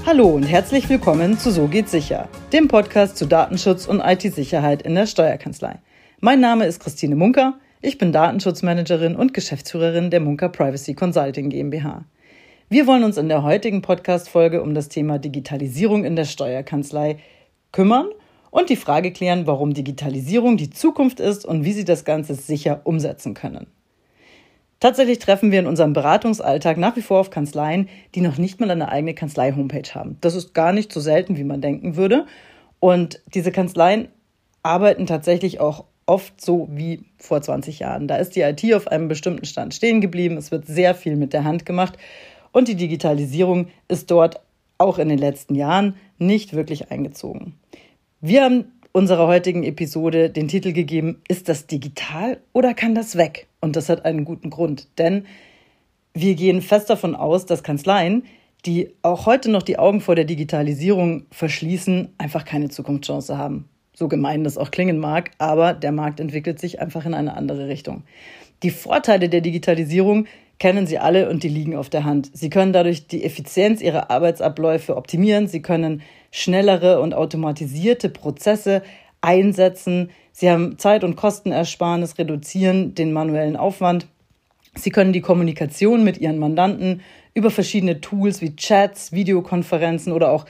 Hallo und herzlich willkommen zu So geht's sicher, dem Podcast zu Datenschutz und IT-Sicherheit in der Steuerkanzlei. Mein Name ist Christine Munker, ich bin Datenschutzmanagerin und Geschäftsführerin der Munker Privacy Consulting GmbH. Wir wollen uns in der heutigen Podcast-Folge um das Thema Digitalisierung in der Steuerkanzlei kümmern und die Frage klären, warum Digitalisierung die Zukunft ist und wie Sie das Ganze sicher umsetzen können. Tatsächlich treffen wir in unserem Beratungsalltag nach wie vor auf Kanzleien, die noch nicht mal eine eigene Kanzlei-Homepage haben. Das ist gar nicht so selten, wie man denken würde. Und diese Kanzleien arbeiten tatsächlich auch oft so wie vor 20 Jahren. Da ist die IT auf einem bestimmten Stand stehen geblieben. Es wird sehr viel mit der Hand gemacht. Und die Digitalisierung ist dort auch in den letzten Jahren nicht wirklich eingezogen. Wir haben unserer heutigen Episode den Titel gegeben, ist das digital oder kann das weg? Und das hat einen guten Grund, denn wir gehen fest davon aus, dass Kanzleien, die auch heute noch die Augen vor der Digitalisierung verschließen, einfach keine Zukunftschance haben. So gemein das auch klingen mag, aber der Markt entwickelt sich einfach in eine andere Richtung. Die Vorteile der Digitalisierung kennen Sie alle und die liegen auf der Hand. Sie können dadurch die Effizienz Ihrer Arbeitsabläufe optimieren. Sie können schnellere und automatisierte Prozesse einsetzen. Sie haben Zeit- und Kostenersparnis, reduzieren den manuellen Aufwand. Sie können die Kommunikation mit Ihren Mandanten über verschiedene Tools wie Chats, Videokonferenzen oder auch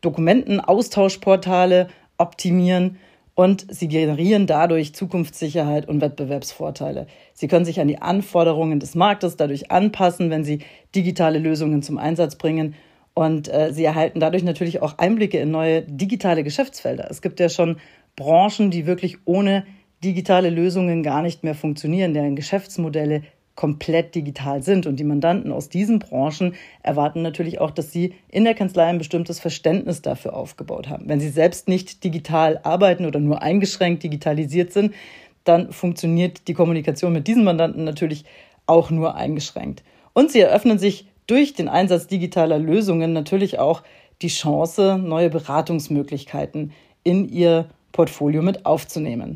Dokumentenaustauschportale optimieren. Und sie generieren dadurch Zukunftssicherheit und Wettbewerbsvorteile. Sie können sich an die Anforderungen des Marktes dadurch anpassen, wenn sie digitale Lösungen zum Einsatz bringen. Und sie erhalten dadurch natürlich auch Einblicke in neue digitale Geschäftsfelder. Es gibt ja schon Branchen, die wirklich ohne digitale Lösungen gar nicht mehr funktionieren, deren Geschäftsmodelle komplett digital sind. Und die Mandanten aus diesen Branchen erwarten natürlich auch, dass sie in der Kanzlei ein bestimmtes Verständnis dafür aufgebaut haben. Wenn sie selbst nicht digital arbeiten oder nur eingeschränkt digitalisiert sind, dann funktioniert die Kommunikation mit diesen Mandanten natürlich auch nur eingeschränkt. Und sie eröffnen sich durch den Einsatz digitaler Lösungen natürlich auch die Chance, neue Beratungsmöglichkeiten in ihr Portfolio mit aufzunehmen.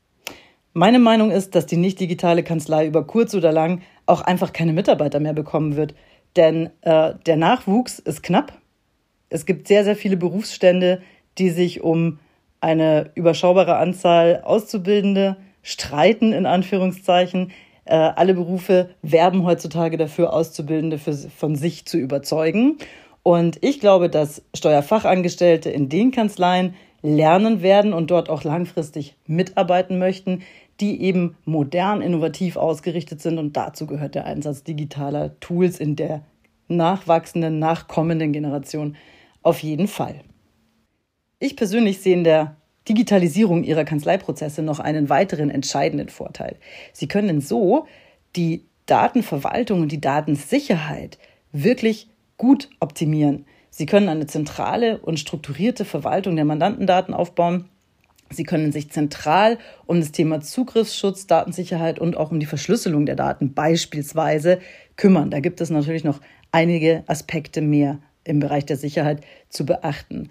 Meine Meinung ist, dass die nicht digitale Kanzlei über kurz oder lang auch einfach keine Mitarbeiter mehr bekommen wird. Denn der Nachwuchs ist knapp. Es gibt sehr, sehr viele Berufsstände, die sich um eine überschaubare Anzahl Auszubildende streiten, in Anführungszeichen. Alle Berufe werben heutzutage dafür, Auszubildende von sich zu überzeugen. Und ich glaube, dass Steuerfachangestellte in den Kanzleien lernen werden und dort auch langfristig mitarbeiten möchten, die eben modern, innovativ ausgerichtet sind. Und dazu gehört der Einsatz digitaler Tools in der nachwachsenden, nachkommenden Generation auf jeden Fall. Ich persönlich sehe in der Digitalisierung Ihrer Kanzleiprozesse noch einen weiteren entscheidenden Vorteil. Sie können so die Datenverwaltung und die Datensicherheit wirklich gut optimieren. Sie können eine zentrale und strukturierte Verwaltung der Mandantendaten aufbauen. Sie können sich zentral um das Thema Zugriffsschutz, Datensicherheit und auch um die Verschlüsselung der Daten beispielsweise kümmern. Da gibt es natürlich noch einige Aspekte mehr im Bereich der Sicherheit zu beachten.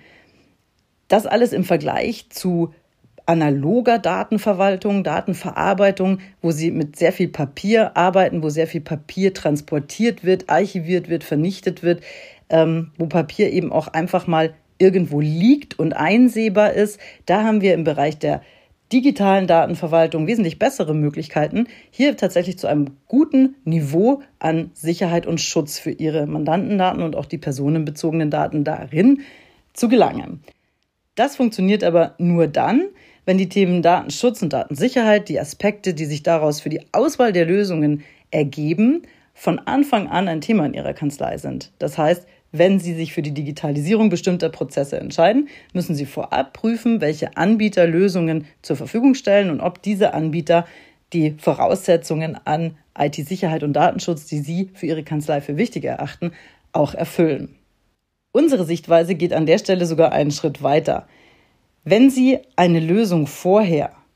Das alles im Vergleich zu analoger Datenverwaltung, Datenverarbeitung, wo Sie mit sehr viel Papier arbeiten, wo sehr viel Papier transportiert wird, archiviert wird, vernichtet wird, wo Papier eben auch einfach mal irgendwo liegt und einsehbar ist. Da haben wir im Bereich der digitalen Datenverwaltung wesentlich bessere Möglichkeiten, hier tatsächlich zu einem guten Niveau an Sicherheit und Schutz für Ihre Mandantendaten und auch die personenbezogenen Daten darin zu gelangen. Das funktioniert aber nur dann, wenn die Themen Datenschutz und Datensicherheit, die Aspekte, die sich daraus für die Auswahl der Lösungen ergeben, von Anfang an ein Thema in Ihrer Kanzlei sind. Das heißt, wenn Sie sich für die Digitalisierung bestimmter Prozesse entscheiden, müssen Sie vorab prüfen, welche Anbieter Lösungen zur Verfügung stellen und ob diese Anbieter die Voraussetzungen an IT-Sicherheit und Datenschutz, die Sie für Ihre Kanzlei für wichtig erachten, auch erfüllen. Unsere Sichtweise geht an der Stelle sogar einen Schritt weiter. Wenn Sie eine Lösung vor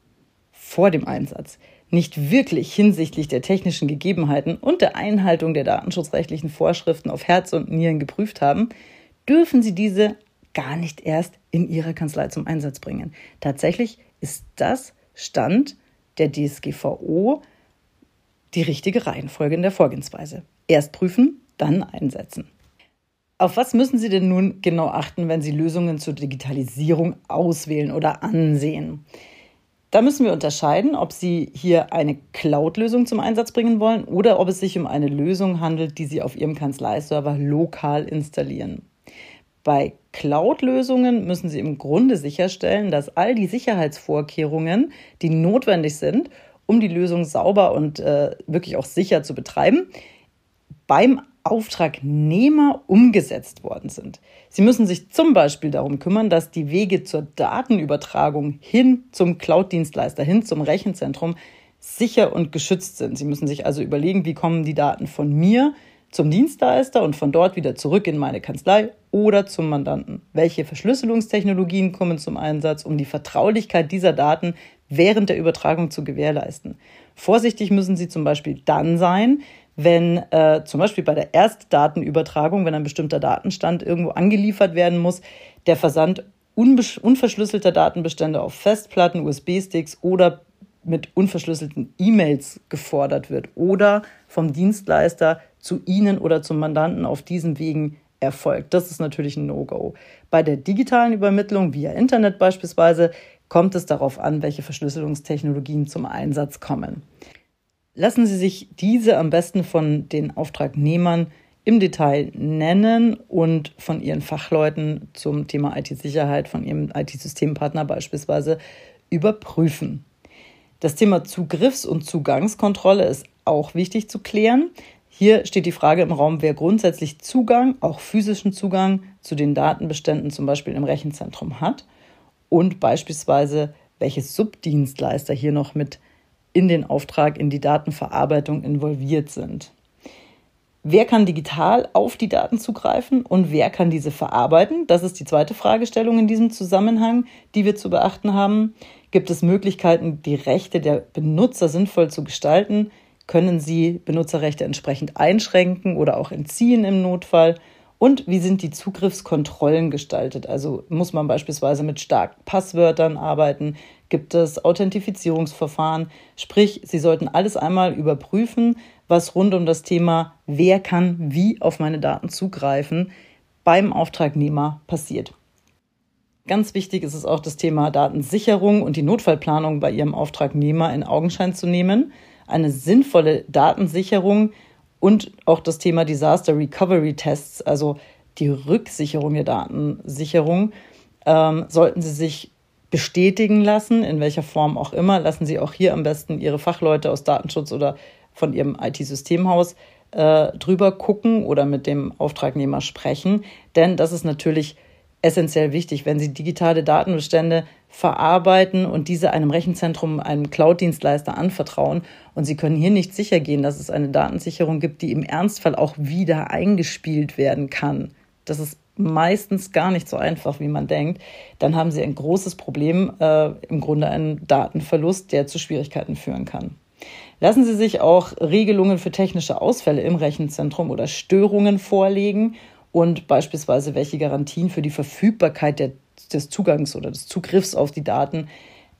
dem Einsatz, nicht wirklich hinsichtlich der technischen Gegebenheiten und der Einhaltung der datenschutzrechtlichen Vorschriften auf Herz und Nieren geprüft haben, dürfen Sie diese gar nicht erst in Ihrer Kanzlei zum Einsatz bringen. Tatsächlich ist das Stand der DSGVO die richtige Reihenfolge in der Vorgehensweise. Erst prüfen, dann einsetzen. Auf was müssen Sie denn nun genau achten, wenn Sie Lösungen zur Digitalisierung auswählen oder ansehen? Da müssen wir unterscheiden, ob Sie hier eine Cloud-Lösung zum Einsatz bringen wollen oder ob es sich um eine Lösung handelt, die Sie auf Ihrem Kanzleiserver lokal installieren. Bei Cloud-Lösungen müssen Sie im Grunde sicherstellen, dass all die Sicherheitsvorkehrungen, die notwendig sind, um die Lösung sauber und wirklich auch sicher zu betreiben, beim Auftragnehmer umgesetzt worden sind. Sie müssen sich zum Beispiel darum kümmern, dass die Wege zur Datenübertragung hin zum Cloud-Dienstleister, hin zum Rechenzentrum sicher und geschützt sind. Sie müssen sich also überlegen, wie kommen die Daten von mir zum Dienstleister und von dort wieder zurück in meine Kanzlei oder zum Mandanten. Welche Verschlüsselungstechnologien kommen zum Einsatz, um die Vertraulichkeit dieser Daten während der Übertragung zu gewährleisten? Vorsichtig müssen Sie zum Beispiel dann sein, wenn zum Beispiel bei der Erstdatenübertragung, wenn ein bestimmter Datenstand irgendwo angeliefert werden muss, der Versand unverschlüsselter Datenbestände auf Festplatten, USB-Sticks oder mit unverschlüsselten E-Mails gefordert wird oder vom Dienstleister zu Ihnen oder zum Mandanten auf diesen Wegen erfolgt. Das ist natürlich ein No-Go. Bei der digitalen Übermittlung via Internet beispielsweise kommt es darauf an, welche Verschlüsselungstechnologien zum Einsatz kommen. Lassen Sie sich diese am besten von den Auftragnehmern im Detail nennen und von Ihren Fachleuten zum Thema IT-Sicherheit, von Ihrem IT-Systempartner beispielsweise überprüfen. Das Thema Zugriffs- und Zugangskontrolle ist auch wichtig zu klären. Hier steht die Frage im Raum, wer grundsätzlich Zugang, auch physischen Zugang zu den Datenbeständen zum Beispiel im Rechenzentrum hat und beispielsweise welche Subdienstleister hier noch mit in den Auftrag, in die Datenverarbeitung involviert sind. Wer kann digital auf die Daten zugreifen und wer kann diese verarbeiten? Das ist die zweite Fragestellung in diesem Zusammenhang, die wir zu beachten haben. Gibt es Möglichkeiten, die Rechte der Benutzer sinnvoll zu gestalten? Können Sie Benutzerrechte entsprechend einschränken oder auch entziehen im Notfall? Und wie sind die Zugriffskontrollen gestaltet? Also muss man beispielsweise mit starken Passwörtern arbeiten? Gibt es Authentifizierungsverfahren? Sprich, Sie sollten alles einmal überprüfen, was rund um das Thema, wer kann wie auf meine Daten zugreifen, beim Auftragnehmer passiert. Ganz wichtig ist es auch, das Thema Datensicherung und die Notfallplanung bei Ihrem Auftragnehmer in Augenschein zu nehmen. Eine sinnvolle Datensicherung und auch das Thema Disaster Recovery Tests, also die Rücksicherung der Datensicherung, sollten Sie sich bestätigen lassen, in welcher Form auch immer. Lassen Sie auch hier am besten Ihre Fachleute aus Datenschutz oder von Ihrem IT-Systemhaus drüber gucken oder mit dem Auftragnehmer sprechen. Denn das ist natürlich essentiell wichtig, wenn Sie digitale Datenbestände verarbeiten und diese einem Rechenzentrum, einem Cloud-Dienstleister anvertrauen und Sie können hier nicht sicher gehen, dass es eine Datensicherung gibt, die im Ernstfall auch wieder eingespielt werden kann. Das ist meistens gar nicht so einfach, wie man denkt. Dann haben Sie ein großes Problem, im Grunde einen Datenverlust, der zu Schwierigkeiten führen kann. Lassen Sie sich auch Regelungen für technische Ausfälle im Rechenzentrum oder Störungen vorlegen und beispielsweise welche Garantien für die Verfügbarkeit des Zugangs oder des Zugriffs auf die Daten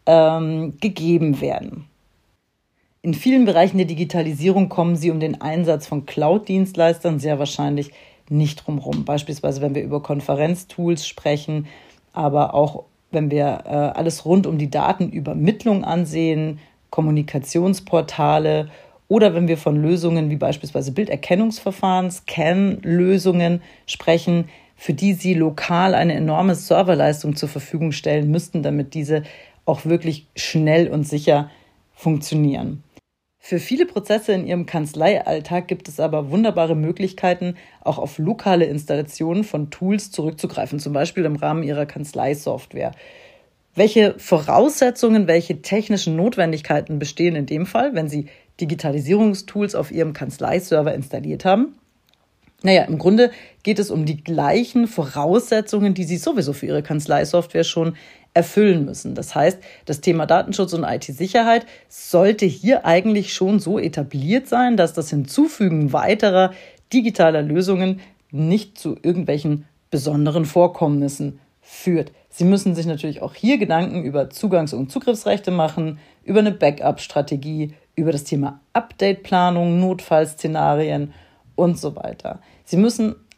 gegeben werden. In vielen Bereichen der Digitalisierung kommen Sie um den Einsatz von Cloud-Dienstleistern sehr wahrscheinlich nicht drumherum. Beispielsweise, wenn wir über Konferenztools sprechen, aber auch wenn wir alles rund um die Datenübermittlung ansehen, Kommunikationsportale oder wenn wir von Lösungen wie beispielsweise Bilderkennungsverfahren, Scan-Lösungen sprechen, für die Sie lokal eine enorme Serverleistung zur Verfügung stellen müssten, damit diese auch wirklich schnell und sicher funktionieren. Für viele Prozesse in Ihrem Kanzleialltag gibt es aber wunderbare Möglichkeiten, auch auf lokale Installationen von Tools zurückzugreifen, zum Beispiel im Rahmen Ihrer Kanzleisoftware. Welche Voraussetzungen, welche technischen Notwendigkeiten bestehen in dem Fall, wenn Sie Digitalisierungstools auf Ihrem Kanzleiserver installiert haben? Naja, im Grunde geht es um die gleichen Voraussetzungen, die Sie sowieso für Ihre Kanzleisoftware schon erfüllen müssen. Das heißt, das Thema Datenschutz und IT-Sicherheit sollte hier eigentlich schon so etabliert sein, dass das Hinzufügen weiterer digitaler Lösungen nicht zu irgendwelchen besonderen Vorkommnissen führt. Sie müssen sich natürlich auch hier Gedanken über Zugangs- und Zugriffsrechte machen, über eine Backup-Strategie, über das Thema Update-Planung, Notfallszenarien und so weiter. Sie müssen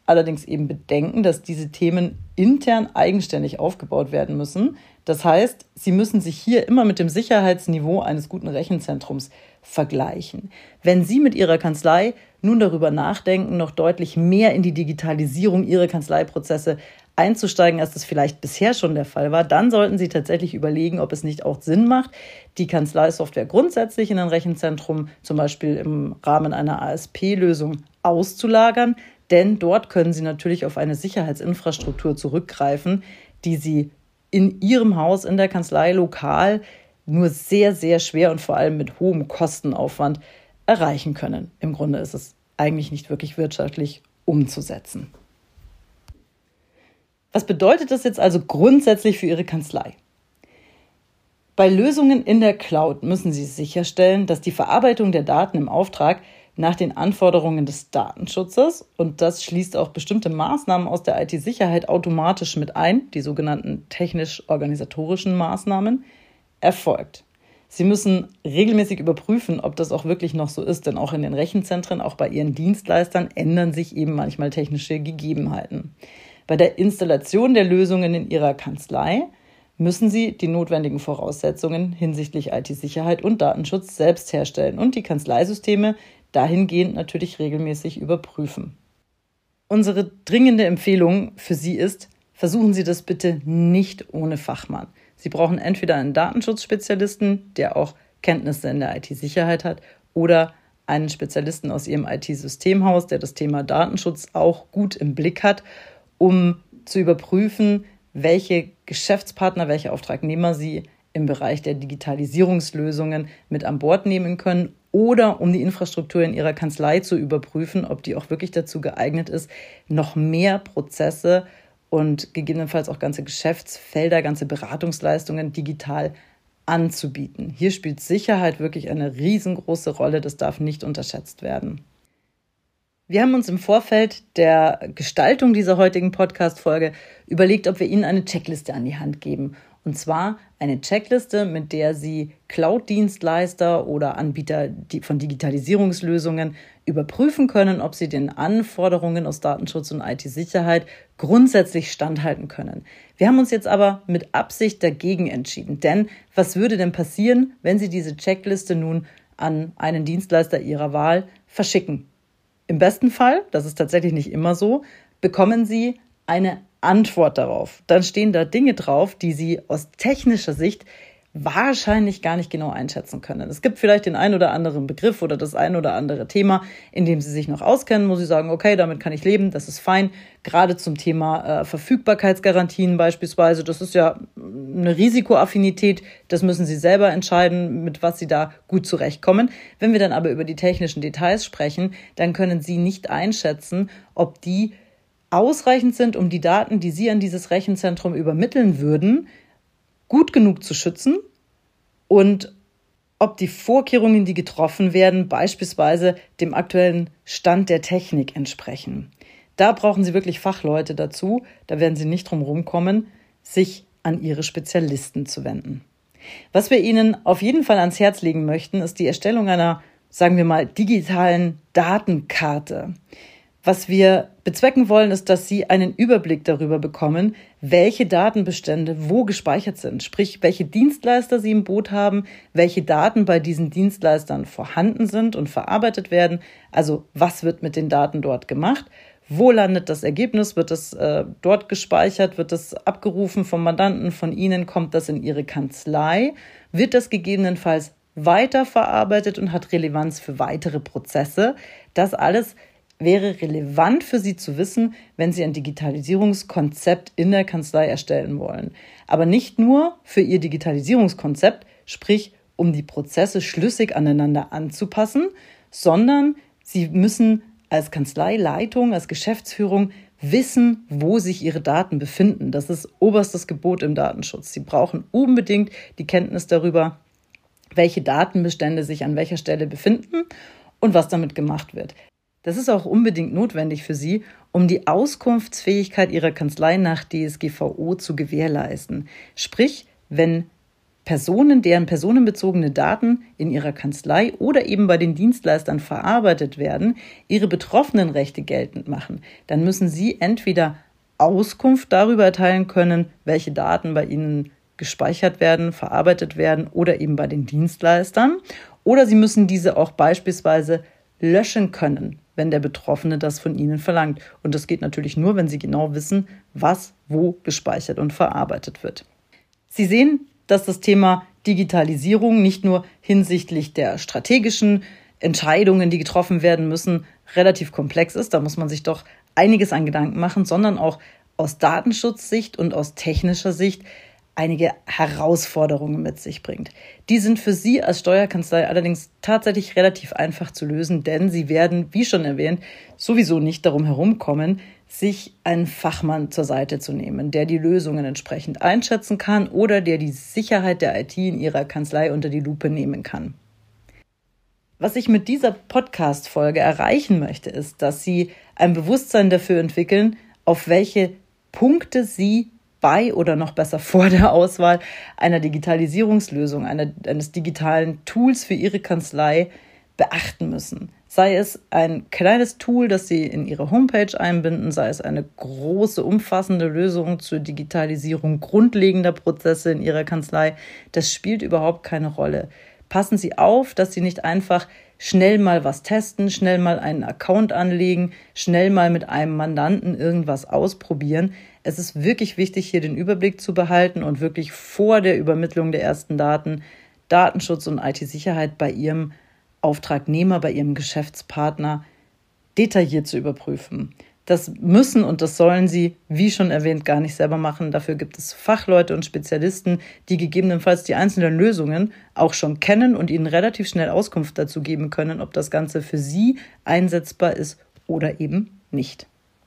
allerdings eben bedenken, dass diese Themen intern eigenständig aufgebaut werden müssen. Das heißt, Sie müssen sich hier immer mit dem Sicherheitsniveau eines guten Rechenzentrums vergleichen. Wenn Sie mit Ihrer Kanzlei nun darüber nachdenken, noch deutlich mehr in die Digitalisierung Ihrer Kanzleiprozesse einzusteigen, als das vielleicht bisher schon der Fall war, dann sollten Sie tatsächlich überlegen, ob es nicht auch Sinn macht, die Kanzleisoftware grundsätzlich in ein Rechenzentrum, zum Beispiel im Rahmen einer ASP-Lösung, auszulagern. Denn dort können Sie natürlich auf eine Sicherheitsinfrastruktur zurückgreifen, die Sie in Ihrem Haus, in der Kanzlei lokal nur sehr, sehr schwer und vor allem mit hohem Kostenaufwand erreichen können. Im Grunde ist es eigentlich nicht wirklich wirtschaftlich umzusetzen. Was bedeutet das jetzt also grundsätzlich für Ihre Kanzlei? Bei Lösungen in der Cloud müssen Sie sicherstellen, dass die Verarbeitung der Daten im Auftrag nach den Anforderungen des Datenschutzes, und das schließt auch bestimmte Maßnahmen aus der IT-Sicherheit automatisch mit ein, die sogenannten technisch-organisatorischen Maßnahmen, erfolgt. Sie müssen regelmäßig überprüfen, ob das auch wirklich noch so ist, denn auch in den Rechenzentren, auch bei Ihren Dienstleistern ändern sich eben manchmal technische Gegebenheiten. Bei der Installation der Lösungen in Ihrer Kanzlei müssen Sie die notwendigen Voraussetzungen hinsichtlich IT-Sicherheit und Datenschutz selbst herstellen und die Kanzleisysteme dahingehend natürlich regelmäßig überprüfen. Unsere dringende Empfehlung für Sie ist, versuchen Sie das bitte nicht ohne Fachmann. Sie brauchen entweder einen Datenschutzspezialisten, der auch Kenntnisse in der IT-Sicherheit hat, oder einen Spezialisten aus Ihrem IT-Systemhaus, der das Thema Datenschutz auch gut im Blick hat, um zu überprüfen, welche Geschäftspartner, welche Auftragnehmer Sie im Bereich der Digitalisierungslösungen mit an Bord nehmen können, oder um die Infrastruktur in Ihrer Kanzlei zu überprüfen, ob die auch wirklich dazu geeignet ist, noch mehr Prozesse und gegebenenfalls auch ganze Geschäftsfelder, ganze Beratungsleistungen digital anzubieten. Hier spielt Sicherheit wirklich eine riesengroße Rolle, das darf nicht unterschätzt werden. Wir haben uns im Vorfeld der Gestaltung dieser heutigen Podcast-Folge überlegt, ob wir Ihnen eine Checkliste an die Hand geben. Und zwar eine Checkliste, mit der Sie Cloud-Dienstleister oder Anbieter von Digitalisierungslösungen überprüfen können, ob sie den Anforderungen aus Datenschutz und IT-Sicherheit grundsätzlich standhalten können. Wir haben uns jetzt aber mit Absicht dagegen entschieden. Denn was würde denn passieren, wenn Sie diese Checkliste nun an einen Dienstleister Ihrer Wahl verschicken? Im besten Fall, das ist tatsächlich nicht immer so, bekommen Sie eine Antwort darauf. Dann stehen da Dinge drauf, die Sie aus technischer Sicht wahrscheinlich gar nicht genau einschätzen können. Es gibt vielleicht den ein oder anderen Begriff oder das ein oder andere Thema, in dem Sie sich noch auskennen, wo Sie sagen, okay, damit kann ich leben, das ist fein. Gerade zum Thema Verfügbarkeitsgarantien beispielsweise, das ist ja eine Risikoaffinität, das müssen Sie selber entscheiden, mit was Sie da gut zurechtkommen. Wenn wir dann aber über die technischen Details sprechen, dann können Sie nicht einschätzen, ob die ausreichend sind, um die Daten, die Sie an dieses Rechenzentrum übermitteln würden, gut genug zu schützen und ob die Vorkehrungen, die getroffen werden, beispielsweise dem aktuellen Stand der Technik entsprechen. Da brauchen Sie wirklich Fachleute dazu, da werden Sie nicht drum rumkommen, sich an Ihre Spezialisten zu wenden. Was wir Ihnen auf jeden Fall ans Herz legen möchten, ist die Erstellung einer, sagen wir mal, digitalen Datenkarte. Was wir bezwecken wollen, ist, dass Sie einen Überblick darüber bekommen, welche Datenbestände wo gespeichert sind. Sprich, welche Dienstleister Sie im Boot haben, welche Daten bei diesen Dienstleistern vorhanden sind und verarbeitet werden. Also, was wird mit den Daten dort gemacht? Wo landet das Ergebnis? Wird es dort gespeichert? Wird es abgerufen vom Mandanten, von Ihnen? Kommt das in Ihre Kanzlei? Wird das gegebenenfalls weiterverarbeitet und hat Relevanz für weitere Prozesse? Das alles wäre relevant für Sie zu wissen, wenn Sie ein Digitalisierungskonzept in der Kanzlei erstellen wollen. Aber nicht nur für Ihr Digitalisierungskonzept, sprich um die Prozesse schlüssig aneinander anzupassen, sondern Sie müssen als Kanzleileitung, als Geschäftsführung wissen, wo sich Ihre Daten befinden. Das ist oberstes Gebot im Datenschutz. Sie brauchen unbedingt die Kenntnis darüber, welche Datenbestände sich an welcher Stelle befinden und was damit gemacht wird. Das ist auch unbedingt notwendig für Sie, um die Auskunftsfähigkeit Ihrer Kanzlei nach DSGVO zu gewährleisten. Sprich, wenn Personen, deren personenbezogene Daten in ihrer Kanzlei oder eben bei den Dienstleistern verarbeitet werden, ihre betroffenen Rechte geltend machen, dann müssen sie entweder Auskunft darüber erteilen können, welche Daten bei ihnen gespeichert werden, verarbeitet werden oder eben bei den Dienstleistern, oder sie müssen diese auch beispielsweise löschen können, wenn der Betroffene das von ihnen verlangt. Und das geht natürlich nur, wenn sie genau wissen, was wo gespeichert und verarbeitet wird. Sie sehen, dass das Thema Digitalisierung nicht nur hinsichtlich der strategischen Entscheidungen, die getroffen werden müssen, relativ komplex ist. Da muss man sich doch einiges an Gedanken machen, sondern auch aus Datenschutzsicht und aus technischer Sicht einige Herausforderungen mit sich bringt. Die sind für Sie als Steuerkanzlei allerdings tatsächlich relativ einfach zu lösen, denn Sie werden, wie schon erwähnt, sowieso nicht darum herumkommen, sich einen Fachmann zur Seite zu nehmen, der die Lösungen entsprechend einschätzen kann oder der die Sicherheit der IT in Ihrer Kanzlei unter die Lupe nehmen kann. Was ich mit dieser Podcast-Folge erreichen möchte, ist, dass Sie ein Bewusstsein dafür entwickeln, auf welche Punkte Sie bei oder noch besser vor der Auswahl einer Digitalisierungslösung, eines digitalen Tools für Ihre Kanzlei beachten müssen. Sei es ein kleines Tool, das Sie in Ihre Homepage einbinden, sei es eine große, umfassende Lösung zur Digitalisierung grundlegender Prozesse in Ihrer Kanzlei, das spielt überhaupt keine Rolle. Passen Sie auf, dass Sie nicht einfach schnell mal was testen, schnell mal einen Account anlegen, schnell mal mit einem Mandanten irgendwas ausprobieren. Es ist wirklich wichtig, hier den Überblick zu behalten und wirklich vor der Übermittlung der ersten Daten Datenschutz und IT-Sicherheit bei Ihrem Auftragnehmer, bei Ihrem Geschäftspartner detailliert zu überprüfen. Das müssen und das sollen Sie, wie schon erwähnt, gar nicht selber machen. Dafür gibt es Fachleute und Spezialisten, die gegebenenfalls die einzelnen Lösungen auch schon kennen und Ihnen relativ schnell Auskunft dazu geben können, ob das Ganze für Sie einsetzbar ist oder eben nicht.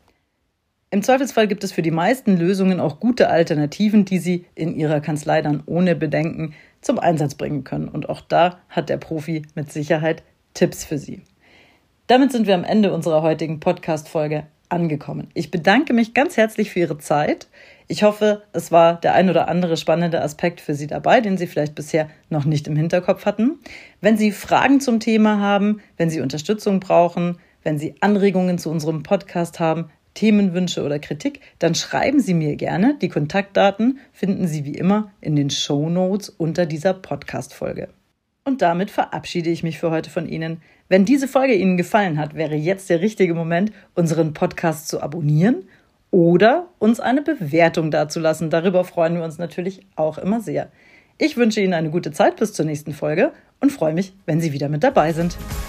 Im Zweifelsfall gibt es für die meisten Lösungen auch gute Alternativen, die Sie in Ihrer Kanzlei dann ohne Bedenken zum Einsatz bringen können. Und auch da hat der Profi mit Sicherheit Tipps für Sie. Damit sind wir am Ende unserer heutigen Podcast-Folge angekommen. Ich bedanke mich ganz herzlich für Ihre Zeit. Ich hoffe, es war der ein oder andere spannende Aspekt für Sie dabei, den Sie vielleicht bisher noch nicht im Hinterkopf hatten. Wenn Sie Fragen zum Thema haben, wenn Sie Unterstützung brauchen, wenn Sie Anregungen zu unserem Podcast haben, Themenwünsche oder Kritik, dann schreiben Sie mir gerne. Die Kontaktdaten finden Sie wie immer in den Shownotes unter dieser Podcast-Folge. Und damit verabschiede ich mich für heute von Ihnen. Wenn diese Folge Ihnen gefallen hat, wäre jetzt der richtige Moment, unseren Podcast zu abonnieren oder uns eine Bewertung dazulassen. Darüber freuen wir uns natürlich auch immer sehr. Ich wünsche Ihnen eine gute Zeit bis zur nächsten Folge und freue mich, wenn Sie wieder mit dabei sind.